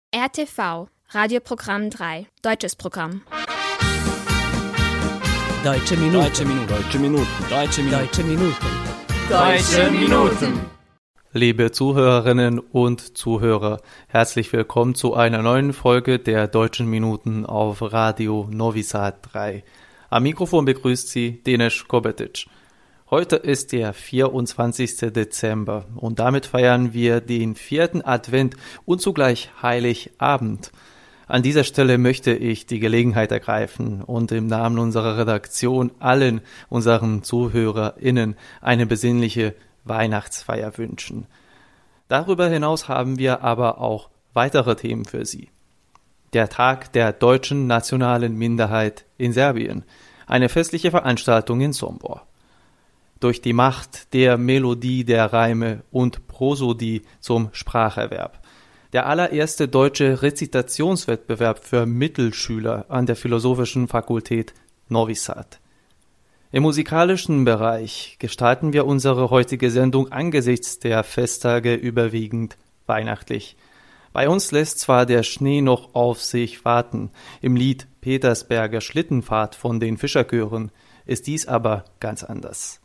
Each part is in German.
RTV, Radioprogramm 3, deutsches Programm. Deutsche Minuten. Deutsche Minuten. Deutsche Minuten. Deutsche Minuten. Deutsche Minuten. Deutsche Minuten. Liebe Zuhörerinnen und Zuhörer, herzlich willkommen zu einer neuen Folge der Deutschen Minuten auf Radio Novi Sad 3. Am Mikrofon begrüßt Sie Denis Kobetic. Heute ist der 24. Dezember und damit feiern wir den 4. Advent und zugleich Heiligabend. An dieser Stelle möchte ich die Gelegenheit ergreifen und im Namen unserer Redaktion allen unseren ZuhörerInnen eine besinnliche Weihnachtsfeier wünschen. Darüber hinaus haben wir aber auch weitere Themen für Sie. Der Tag der deutschen nationalen Minderheit in Serbien, eine festliche Veranstaltung in Sombor. Durch die Macht der Melodie der Reime und Prosodie zum Spracherwerb. Der allererste deutsche Rezitationswettbewerb für Mittelschüler an der Philosophischen Fakultät Novi Sad. Im musikalischen Bereich gestalten wir unsere heutige Sendung angesichts der Festtage überwiegend weihnachtlich. Bei uns lässt zwar der Schnee noch auf sich warten, im Lied Petersberger Schlittenfahrt von den Fischerchören ist dies aber ganz anders.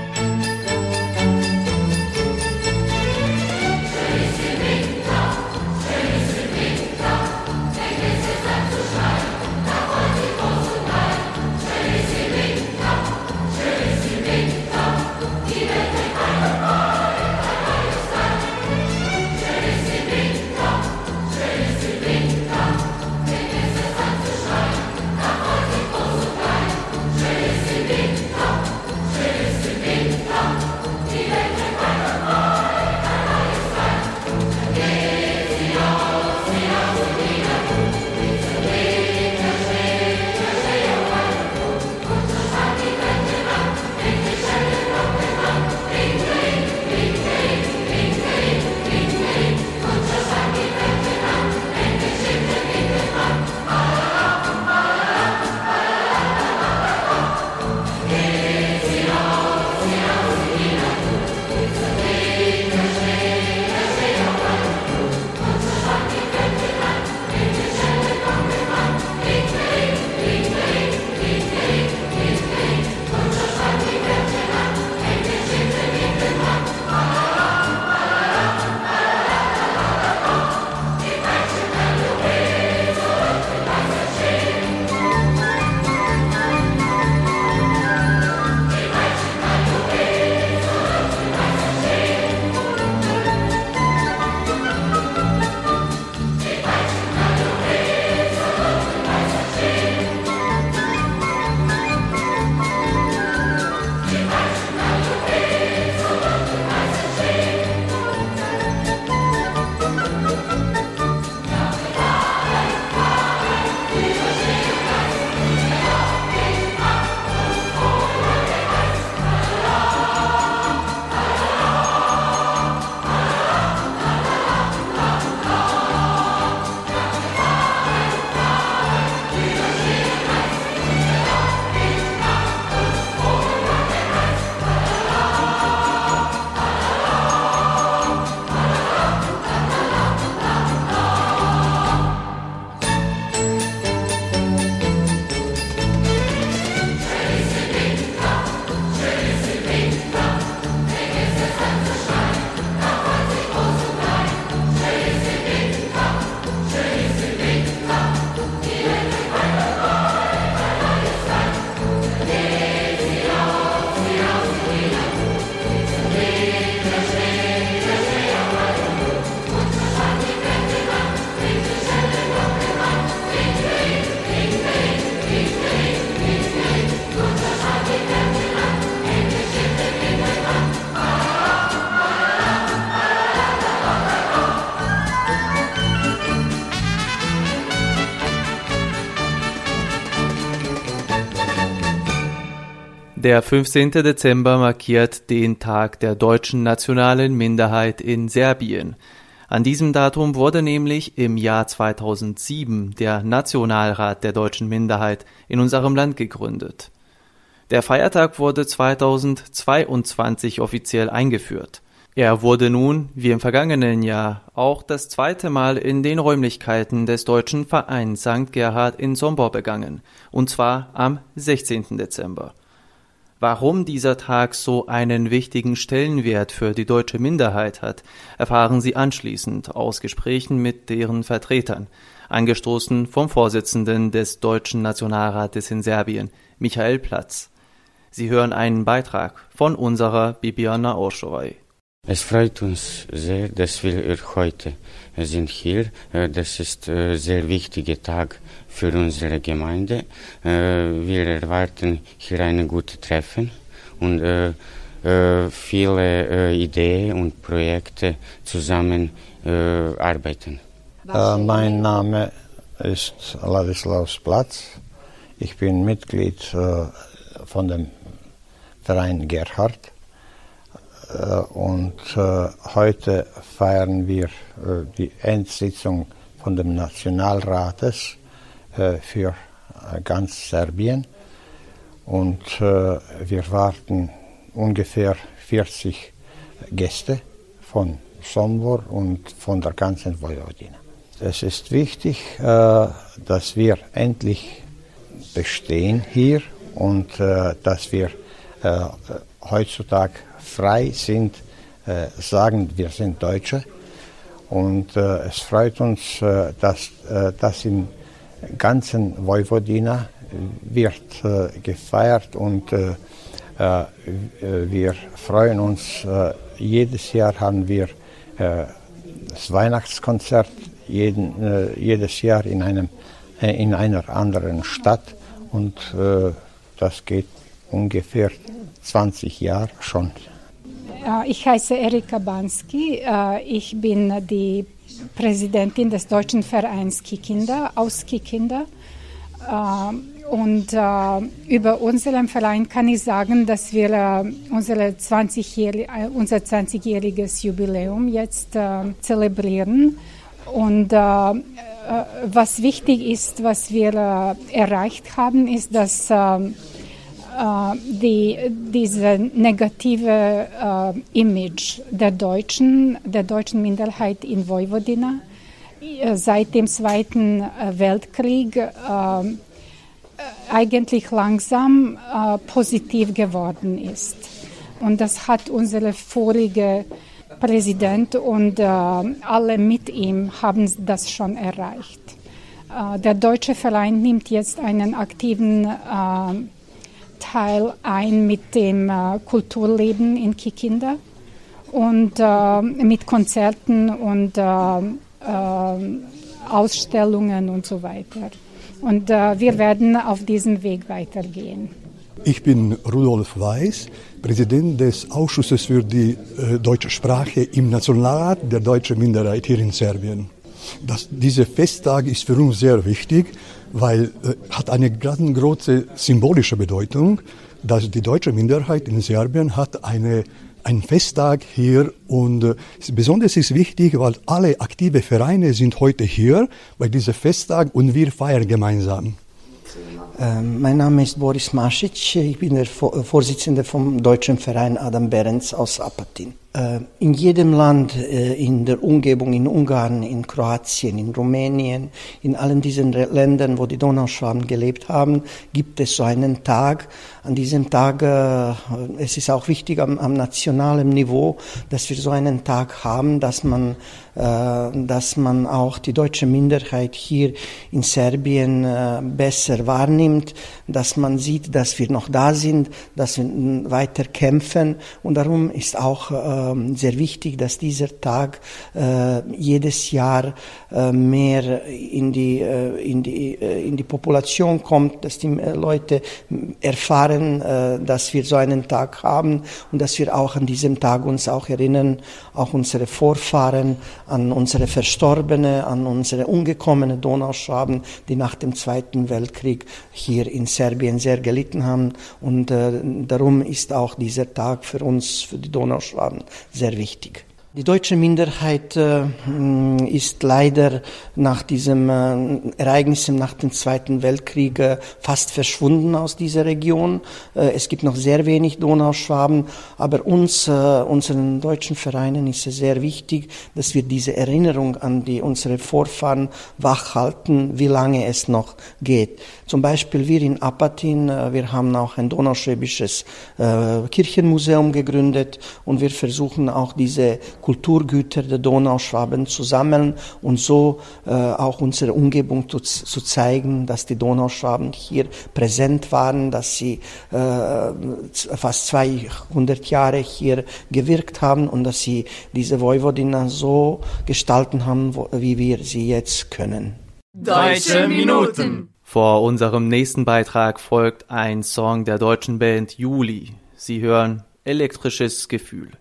Der 15. Dezember markiert den Tag der deutschen nationalen Minderheit in Serbien. An diesem Datum wurde nämlich im Jahr 2007 der Nationalrat der deutschen Minderheit in unserem Land gegründet. Der Feiertag wurde 2022 offiziell eingeführt. Er wurde nun, wie im vergangenen Jahr, auch das zweite Mal in den Räumlichkeiten des Deutschen Vereins St. Gerhard in Sombor begangen, und zwar am 16. Dezember. Warum dieser Tag so einen wichtigen Stellenwert für die deutsche Minderheit hat, erfahren Sie anschließend aus Gesprächen mit deren Vertretern, angestoßen vom Vorsitzenden des Deutschen Nationalrates in Serbien, Michael Platz. Sie hören einen Beitrag von unserer Bibiana Orschowai. Es freut uns sehr, dass wir heute sind hier. Das ist ein sehr wichtiger Tag für unsere Gemeinde. Wir erwarten hier ein gutes Treffen und viele Ideen und Projekte zusammen arbeiten. Mein Name ist Ladislaus Platz. Ich bin Mitglied von dem Verein Gerhard. Und heute feiern wir die Endsitzung von dem Nationalrates für ganz Serbien. Und wir warten ungefähr 40 Gäste von Sombor und von der ganzen Vojvodina. Es ist wichtig, dass wir endlich bestehen hier und dass wir heutzutage frei sind, sagen, wir sind Deutsche. Und es freut uns, dass das im ganzen Vojvodina wird gefeiert und wir freuen uns. Jedes Jahr haben wir das Weihnachtskonzert, jedes Jahr in einer anderen Stadt und das geht ungefähr 20 Jahre schon. Ich heiße Erika Banski. Ich bin die Präsidentin des Deutschen Vereins Kikinda aus Kikinda. Und über unseren Verein kann ich sagen, dass wir unser 20-jähriges Jubiläum jetzt zelebrieren. Und was wichtig ist, was wir erreicht haben, ist, dass diese negative Image der deutschen Minderheit in Vojvodina seit dem Zweiten Weltkrieg eigentlich langsam positiv geworden ist. Und das hat unser voriger Präsident und alle mit ihm haben das schon erreicht. Der deutsche Verein nimmt jetzt einen aktiven Teil ein mit dem Kulturleben in Kikinda und mit Konzerten und Ausstellungen und so weiter. Und wir werden auf diesem Weg weitergehen. Ich bin Rudolf Weiß, Präsident des Ausschusses für die deutsche Sprache im Nationalrat der deutschen Minderheit hier in Serbien. Dieser Festtag ist für uns sehr wichtig, weil hat eine ganz große symbolische Bedeutung, dass die deutsche Minderheit in Serbien hat einen Festtag hier und besonders ist wichtig, weil alle aktive Vereine sind heute hier bei diesem Festtag und wir feiern gemeinsam. Mein Name ist Boris Masic, ich bin der Vorsitzende vom Deutschen Verein Adam Behrens aus Apatin. In jedem Land in der Umgebung, in Ungarn, in Kroatien, in Rumänien, in allen diesen Ländern, wo die Donauschwaben gelebt haben, gibt es so einen Tag. An diesem Tag, es ist auch wichtig am nationalen Niveau, dass wir so einen Tag haben, dass man auch die deutsche Minderheit hier in Serbien besser wahrnimmt, dass man sieht, dass wir noch da sind, dass wir weiter kämpfen. Und darum ist auch sehr wichtig, dass dieser Tag jedes Jahr mehr in die Population kommt, dass die Leute erfahren, dass wir so einen Tag haben und dass wir auch an diesem Tag uns auch erinnern, auch unsere Vorfahren, an unsere Verstorbene, an unsere umgekommene Donauschwaben, die nach dem Zweiten Weltkrieg hier in Serbien sehr gelitten haben. Und darum ist auch dieser Tag für uns, für die Donauschwaben, sehr wichtig. Die deutsche Minderheit ist leider nach diesem Ereignissen nach dem Zweiten Weltkrieg fast verschwunden aus dieser Region. Es gibt noch sehr wenig Donauschwaben, aber unseren deutschen Vereinen ist es sehr wichtig, dass wir diese Erinnerung an unsere Vorfahren wachhalten, wie lange es noch geht. Zum Beispiel wir in Apatin, wir haben auch ein donauschwäbisches Kirchenmuseum gegründet und wir versuchen auch diese Kulturgüter der Donauschwaben zu sammeln und so auch unsere Umgebung zu zeigen, dass die Donauschwaben hier präsent waren, dass sie fast 200 Jahre hier gewirkt haben und dass sie diese Vojvodina so gestalten haben, wie wir sie jetzt können. Deutsche Minuten. Vor unserem nächsten Beitrag folgt ein Song der deutschen Band Juli. Sie hören Elektrisches Gefühl.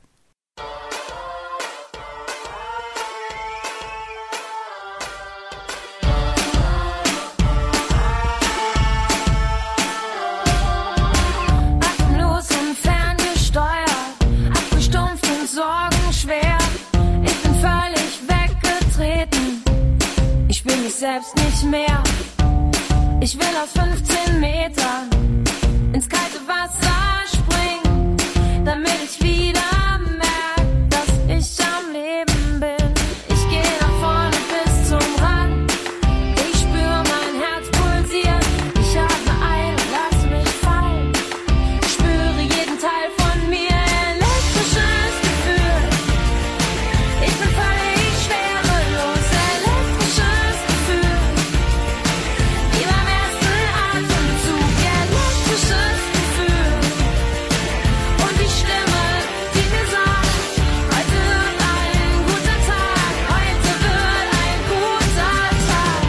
Selbst nicht mehr. Ich will aus 15 Metern ins kalte Wasser springen, damit ich wieder merke, dass ich am Leben bin. Ich gehe nach vorne bis zum Rand. Ich spüre mein Herz pulsieren. Ich atme ein und lass mich fallen. Ich spüre jeden Teil von mir. Elektrisches Gefühl. Ich bin völlig schwerelos. Elektrisches Gefühl. Wie beim ersten Atemzug. Elektrisches Gefühl. Und die Stimme, die mir sagt, heute wird ein guter Tag. Heute wird ein guter Tag.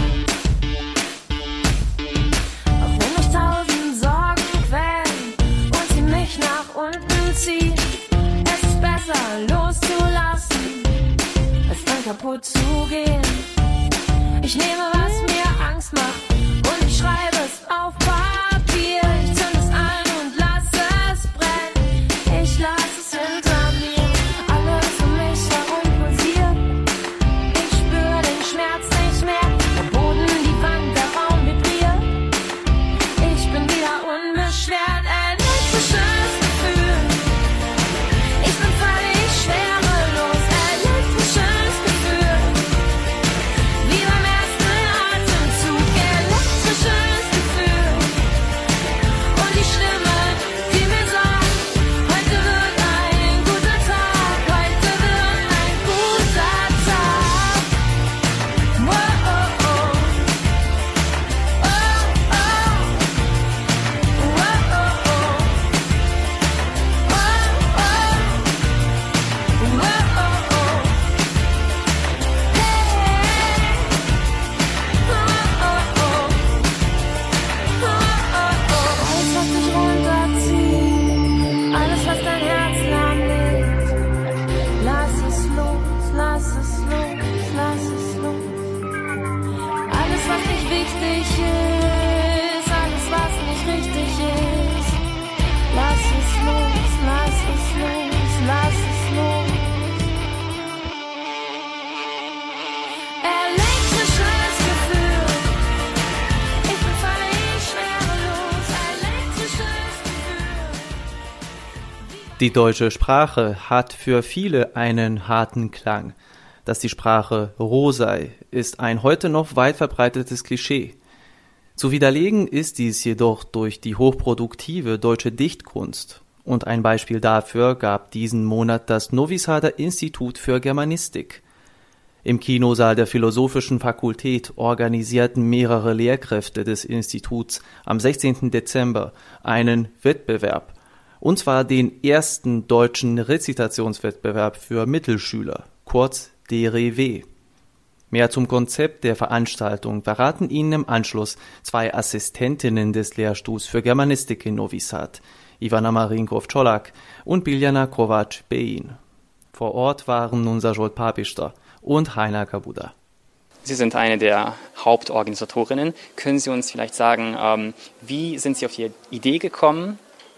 Auch wenn mich 1000 Sorgen quälen und sie mich nach unten ziehen, es ist besser loszulassen, als dann kaputt zu gehen. Ich nehme, was mir Angst macht und ich schreibe es auf Papier. Ich zünd es an und lasse es brennen. Ich lasse es hinter mir. Alles um mich herum pulsiert. Ich spüre den Schmerz nicht mehr. Der Boden, die Wand, der Raum vibriert. Ich bin wieder unbeschwert. Elektrisches Gefühl. Ich bin völlig schwerelos. Elektrisches Gefühl. Wie beim ersten Atemzug. Elektrisches Gefühl. Und die Stimme, die mir sagt, heute wird ein guter Tag. Heute wird ein guter Tag. Wow, oh, oh. Oh, oh. Wow, oh, oh. Oh, oh. Wow, oh, oh. Hey. Oh, oh, oh. Alles, was dich runterzieht, alles, was dein Herz lahmlegt, lass es los, lass es los, lass es los. Alles, was nicht wichtig ist, alles, was nicht richtig ist, lass es los, lass es los, lass es los. Elektrisches Gefühl. Ich bin völlig schwerelos. Elektrisches Gefühl. Die deutsche Sprache hat für viele einen harten Klang. Dass die Sprache roh sei, ist ein heute noch weit verbreitetes Klischee. Zu widerlegen ist dies jedoch durch die hochproduktive deutsche Dichtkunst. Und ein Beispiel dafür gab diesen Monat das Novi Sader Institut für Germanistik. Im Kinosaal der Philosophischen Fakultät organisierten mehrere Lehrkräfte des Instituts am 16. Dezember einen Wettbewerb, und zwar den ersten deutschen Rezitationswettbewerb für Mittelschüler, kurz DREW. Mehr zum Konzept der Veranstaltung verraten Ihnen im Anschluss zwei Assistentinnen des Lehrstuhls für Germanistik in Novi Sad, Ivana Marinkov-Čolak und Biljana Kovač-Bein. Vor Ort waren unser Jolt Papista und Heiner Kabuda. Sie sind eine der Hauptorganisatorinnen. Können Sie uns vielleicht sagen, wie sind Sie auf die Idee gekommen,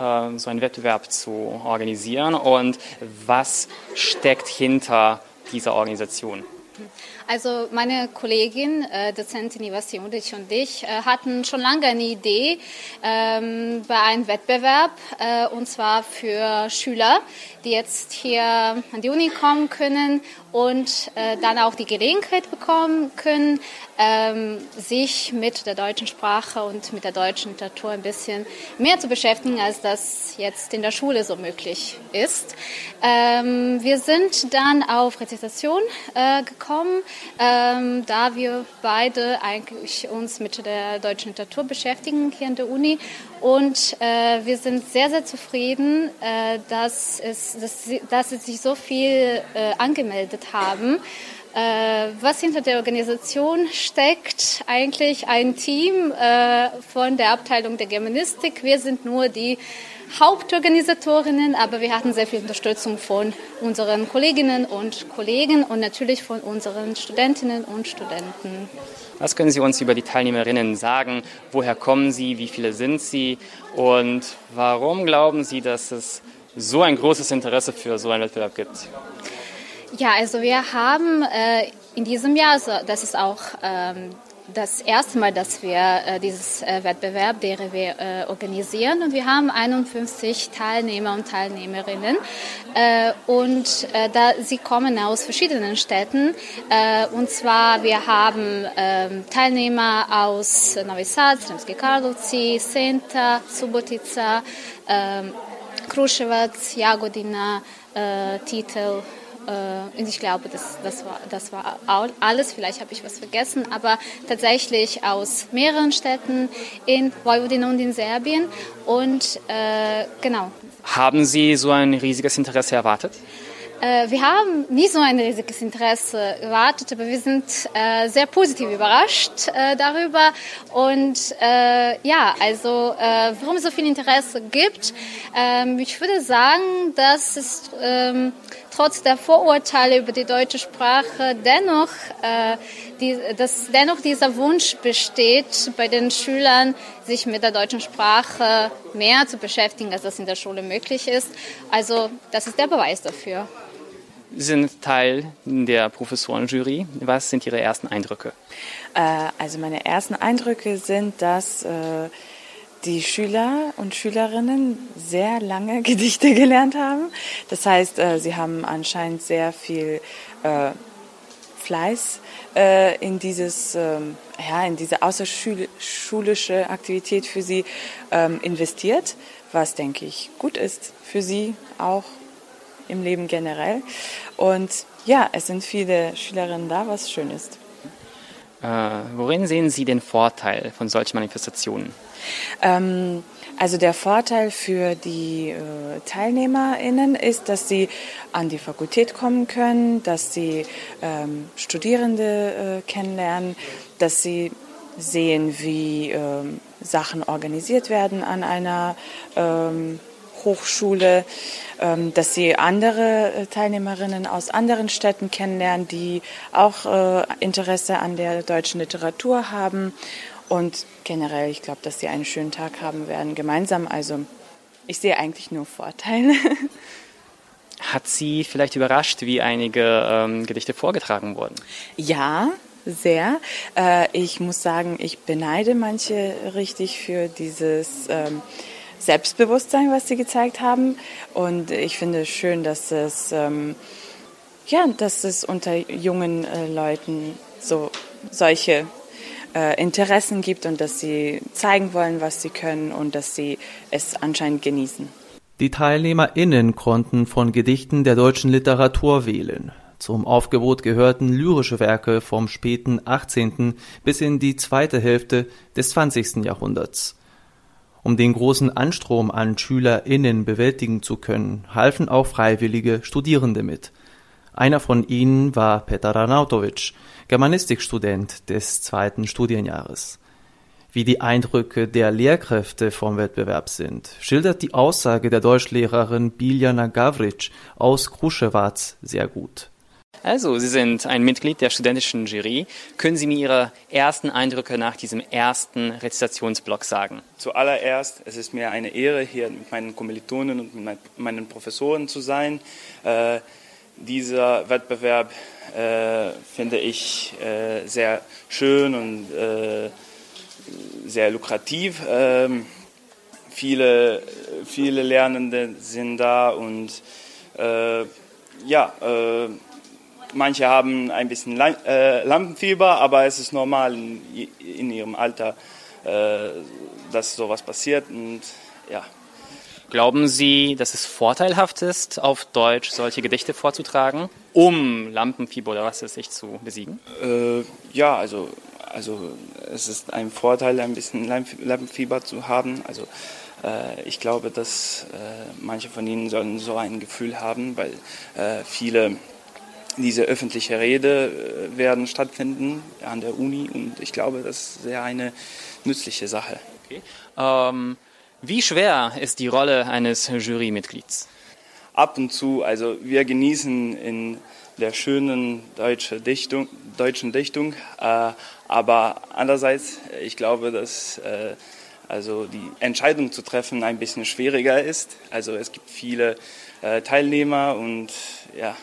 so einen Wettbewerb zu organisieren und was steckt hinter dieser Organisation? Also meine Kollegin, Dozentin Iva Simunic und ich hatten schon lange eine Idee bei einem Wettbewerb, und zwar für Schüler, die jetzt hier an die Uni kommen können und dann auch die Gelegenheit bekommen können, sich mit der deutschen Sprache und mit der deutschen Literatur ein bisschen mehr zu beschäftigen, als das jetzt in der Schule so möglich ist. Wir sind dann auf Rezitation gekommen, da wir beide eigentlich uns mit der deutschen Literatur beschäftigen hier an der Uni. Und wir sind sehr, sehr zufrieden, dass es sich so viel angemeldet haben. Was hinter der Organisation steckt, eigentlich ein Team von der Abteilung der Germanistik. Wir sind nur die Hauptorganisatorinnen, aber wir hatten sehr viel Unterstützung von unseren Kolleginnen und Kollegen und natürlich von unseren Studentinnen und Studenten. Was können Sie uns über die Teilnehmerinnen sagen? Woher kommen sie? Wie viele sind sie? Und warum glauben Sie, dass es so ein großes Interesse für so einen Wettbewerb gibt? Ja, also wir haben in diesem Jahr, also das ist auch das erste Mal, dass wir dieses Wettbewerb DRW organisieren, und wir haben 51 Teilnehmer und Teilnehmerinnen sie kommen aus verschiedenen Städten, und zwar wir haben Teilnehmer aus Novi Sad, Sremski Karlovci, Senta, Subotica, Kruševac, Jagodina, Titel. Und ich glaube, das war alles. Vielleicht habe ich was vergessen, aber tatsächlich aus mehreren Städten in Vojvodina und in Serbien. Und genau. Haben Sie so ein riesiges Interesse erwartet? Wir haben nie so ein riesiges Interesse erwartet, aber wir sind sehr positiv überrascht darüber. Und warum es so viel Interesse gibt, ich würde sagen, dass es trotz der Vorurteile über die deutsche Sprache dennoch dieser Wunsch besteht, bei den Schülern sich mit der deutschen Sprache mehr zu beschäftigen, als das in der Schule möglich ist. Also das ist der Beweis dafür. Sie sind Teil der Professorenjury. Was sind Ihre ersten Eindrücke? Also meine ersten Eindrücke sind, dass die Schüler und Schülerinnen sehr lange Gedichte gelernt haben. Das heißt, sie haben anscheinend sehr viel Fleiß in diese außerschulische Aktivität für sie investiert, was, denke ich, gut ist für sie auch im Leben generell. Und ja, es sind viele Schülerinnen da, was schön ist. Worin sehen Sie den Vorteil von solchen Manifestationen? Also der Vorteil für die TeilnehmerInnen ist, dass sie an die Fakultät kommen können, dass sie Studierende kennenlernen, dass sie sehen, wie Sachen organisiert werden an einer Hochschule, dass sie andere Teilnehmerinnen aus anderen Städten kennenlernen, die auch Interesse an der deutschen Literatur haben. Und generell, ich glaube, dass sie einen schönen Tag haben werden gemeinsam. Also ich sehe eigentlich nur Vorteile. Hat Sie vielleicht überrascht, wie einige Gedichte vorgetragen wurden? Ja, sehr. Ich muss sagen, ich beneide manche richtig für dieses Selbstbewusstsein, was sie gezeigt haben. Und ich finde es schön, dass es unter jungen Leuten solche Interessen gibt und dass sie zeigen wollen, was sie können und dass sie es anscheinend genießen. Die TeilnehmerInnen konnten von Gedichten der deutschen Literatur wählen. Zum Aufgebot gehörten lyrische Werke vom späten 18. bis in die zweite Hälfte des 20. Jahrhunderts. Um den großen Anstrom an SchülerInnen bewältigen zu können, halfen auch freiwillige Studierende mit. Einer von ihnen war Petar Arnautovic, Germanistikstudent des zweiten Studienjahres. Wie die Eindrücke der Lehrkräfte vom Wettbewerb sind, schildert die Aussage der Deutschlehrerin Biljana Gavric aus Kruševac sehr gut. Also, Sie sind ein Mitglied der studentischen Jury. Können Sie mir Ihre ersten Eindrücke nach diesem ersten Rezitationsblock sagen? Zuallererst, es ist mir eine Ehre, hier mit meinen Kommilitonen und mit meinen Professoren zu sein. Dieser Wettbewerb finde ich sehr schön und sehr lukrativ. Viele Lernende sind da und manche haben ein bisschen Lampenfieber, aber es ist normal in ihrem Alter, dass sowas passiert. Und, ja. Glauben Sie, dass es vorteilhaft ist, auf Deutsch solche Gedichte vorzutragen, um Lampenfieber oder was weiß ich zu besiegen? Also es ist ein Vorteil, ein bisschen Lampenfieber zu haben. Also ich glaube, dass manche von Ihnen sollen so ein Gefühl haben, weil diese öffentliche Rede werden stattfinden an der Uni und ich glaube, das ist sehr eine nützliche Sache. Okay. Wie schwer ist die Rolle eines Jurymitglieds? Ab und zu, also wir genießen in der schönen deutschen Dichtung, aber andererseits, ich glaube, dass die Entscheidung zu treffen ein bisschen schwieriger ist. Also es gibt viele Teilnehmer und ja.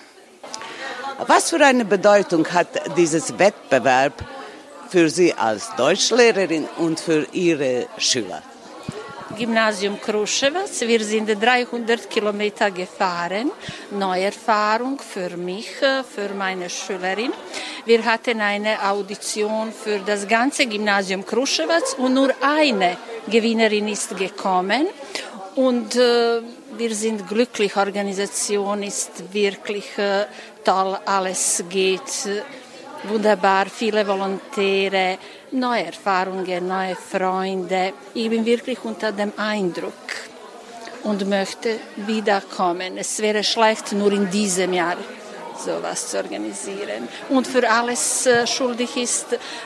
Was für eine Bedeutung hat dieses Wettbewerb für Sie als Deutschlehrerin und für Ihre Schüler? Gymnasium Kruševac. Wir sind 300 Kilometer gefahren. Neue Erfahrung für mich, für meine Schülerin. Wir hatten eine Audition für das ganze Gymnasium Kruševac und nur eine Gewinnerin ist gekommen. Und wir sind glücklich, Organisation ist wirklich toll, alles geht wunderbar, viele Volontäre, neue Erfahrungen, neue Freunde. Ich bin wirklich unter dem Eindruck und möchte wiederkommen. Es wäre schlecht, nur in diesem Jahr sowas zu organisieren. Und für alles schuldig ist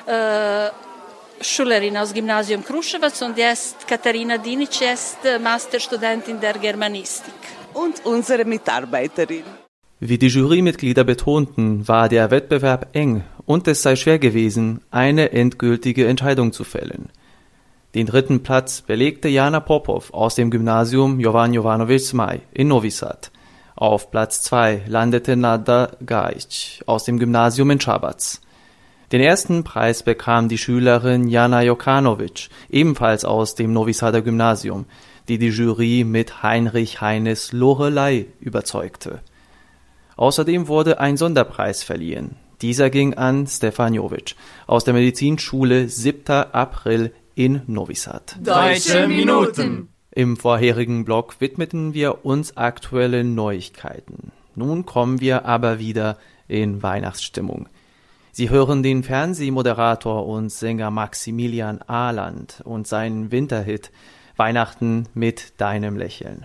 Schülerin aus Gymnasium Kruševac und jetzt Katharina Dinic, ist Masterstudentin der Germanistik. Und unsere Mitarbeiterin. Wie die Jurymitglieder betonten, war der Wettbewerb eng und es sei schwer gewesen, eine endgültige Entscheidung zu fällen. Den 3. Platz belegte Jana Popov aus dem Gymnasium Jovan Jovanović Zmaj in Novi Sad. Auf Platz 2 landete Nada Gajic aus dem Gymnasium in Šabac. Den ersten Preis bekam die Schülerin Jana Jokanović, ebenfalls aus dem Novi Sader Gymnasium, die die Jury mit Heinrich Heines Lorelei überzeugte. Außerdem wurde ein Sonderpreis verliehen. Dieser ging an Stefan Jovic aus der Medizinschule 7. April in Novi Sad. Deutsche Minuten. Im vorherigen Blog widmeten wir uns aktuellen Neuigkeiten. Nun kommen wir aber wieder in Weihnachtsstimmung. Sie hören den Fernsehmoderator und Sänger Maximilian Ahland und seinen Winterhit Weihnachten mit deinem Lächeln.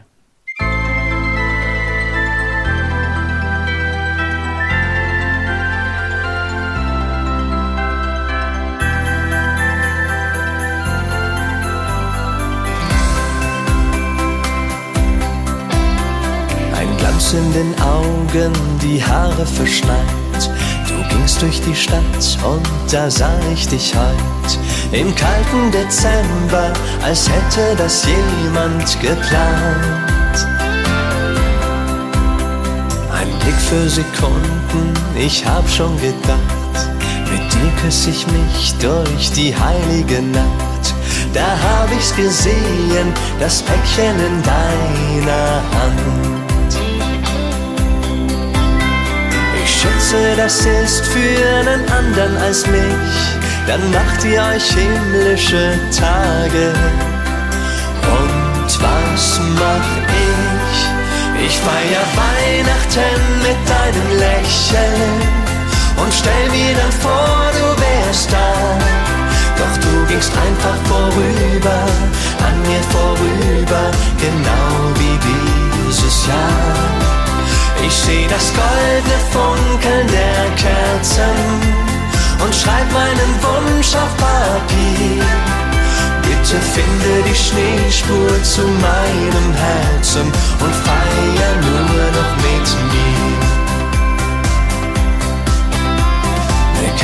In den Augen, die Haare verschneit. Du gingst durch die Stadt und da sah ich dich heut. Im kalten Dezember, als hätte das jemand geplant. Ein Blick für Sekunden, ich hab schon gedacht, mit dir küss ich mich durch die heilige Nacht. Da hab ich's gesehen, das Päckchen in deiner Hand. Ich schätze, das ist für einen anderen als mich. Dann macht ihr euch himmlische Tage. Und was mach ich? Ich feier Weihnachten mit deinem Lächeln und stell mir dann vor, du wärst da. Doch du gingst einfach vorüber, an mir vorüber, genau wie dieses Jahr. Ich seh das goldene Funkeln der Kerzen und schreib meinen Wunsch auf Papier. Bitte finde die Schneespur zu meinem Herzen und feier nur noch mit mir.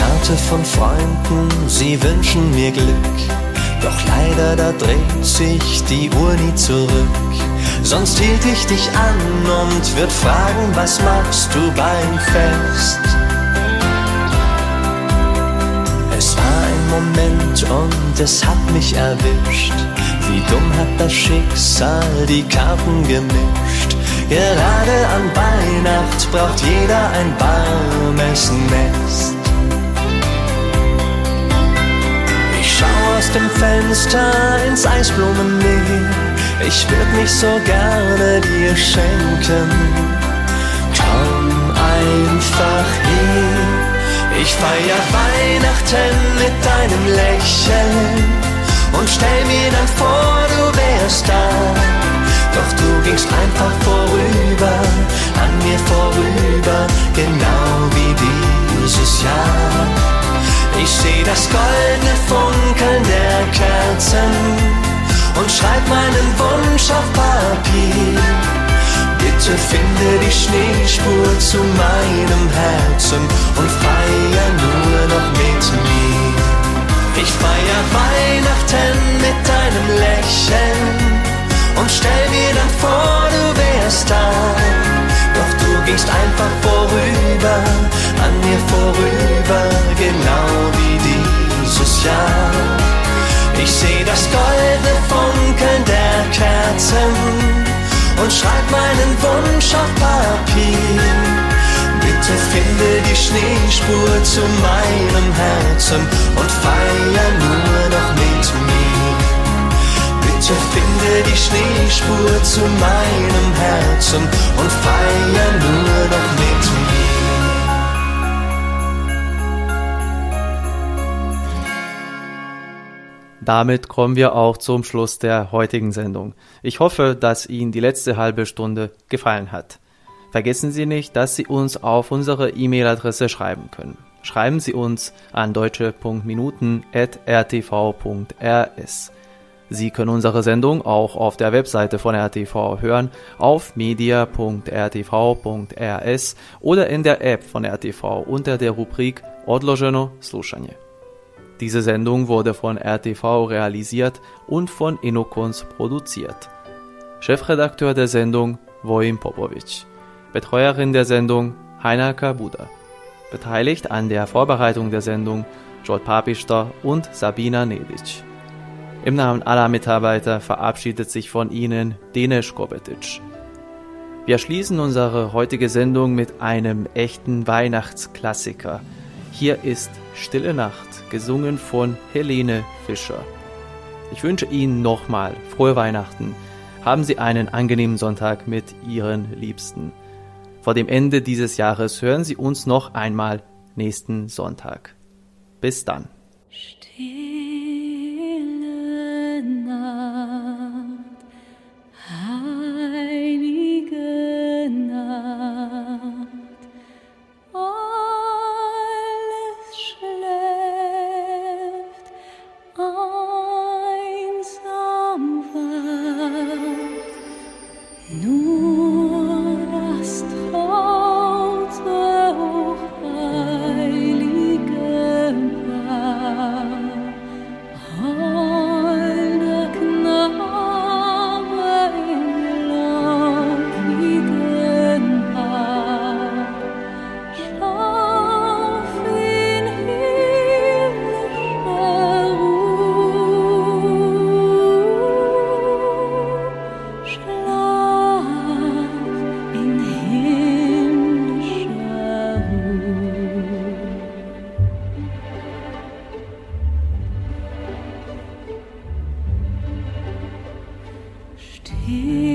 Karte von Freunden, sie wünschen mir Glück. Doch leider, da dreht sich die Uhr nie zurück. Sonst hielt ich dich an und würd fragen, was machst du beim Fest? Es war ein Moment und es hat mich erwischt. Wie dumm hat das Schicksal die Karten gemischt. Gerade an Weihnacht braucht jeder ein warmes Nest. Ich schau aus dem Fenster ins Eisblumenmeer. Ich würd mich so gerne dir schenken. Komm einfach her. Ich feier Weihnachten mit deinem Lächeln und stell mir dann vor, du wärst da. Doch du gingst einfach vorüber, an mir vorüber, genau wie dieses Jahr. Ich seh das goldene Funkeln der Kerzen und schreib meinen Wunsch auf Papier. Bitte finde die Schneespur zu meinem Herzen und feier nur noch mit mir. Ich feier Weihnachten mit deinem Lächeln und stell mir dann vor, du wärst da. Doch du gingst einfach vorüber, an mir vorüber, genau wie dieses Jahr. Ich seh das goldene Funkeln der Kerzen und schreib meinen Wunsch auf Papier. Bitte finde die Schneespur zu meinem Herzen und feier nur noch mit mir. Bitte finde die Schneespur zu meinem Herzen und feier nur noch mit mir. Damit kommen wir auch zum Schluss der heutigen Sendung. Ich hoffe, dass Ihnen die letzte halbe Stunde gefallen hat. Vergessen Sie nicht, dass Sie uns auf unsere E-Mail-Adresse schreiben können. Schreiben Sie uns an deutsche.minuten@rtv.rs. Sie können unsere Sendung auch auf der Webseite von RTV hören, auf media.rtv.rs oder in der App von RTV unter der Rubrik Odloženo slušanje. Diese Sendung wurde von RTV realisiert und von Inokons produziert. Chefredakteur der Sendung Vojin Popovic. Betreuerin der Sendung Heiner Kabuda. Beteiligt an der Vorbereitung der Sendung Jod Papista und Sabina Nedic. Im Namen aller Mitarbeiter verabschiedet sich von Ihnen Denis Kobetic. Wir schließen unsere heutige Sendung mit einem echten Weihnachtsklassiker. Hier ist Stille Nacht, gesungen von Helene Fischer. Ich wünsche Ihnen nochmal frohe Weihnachten. Haben Sie einen angenehmen Sonntag mit Ihren Liebsten. Vor dem Ende dieses Jahres hören Sie uns noch einmal nächsten Sonntag. Bis dann. Stille Nacht, heilige Nacht, alles schläft, einsam wacht, nur das traute heilige Paar, holder Knabe im lockigen Haar, schlaf in himmlischer Ruhe, schlaf in himmlischer Ruhe. Stille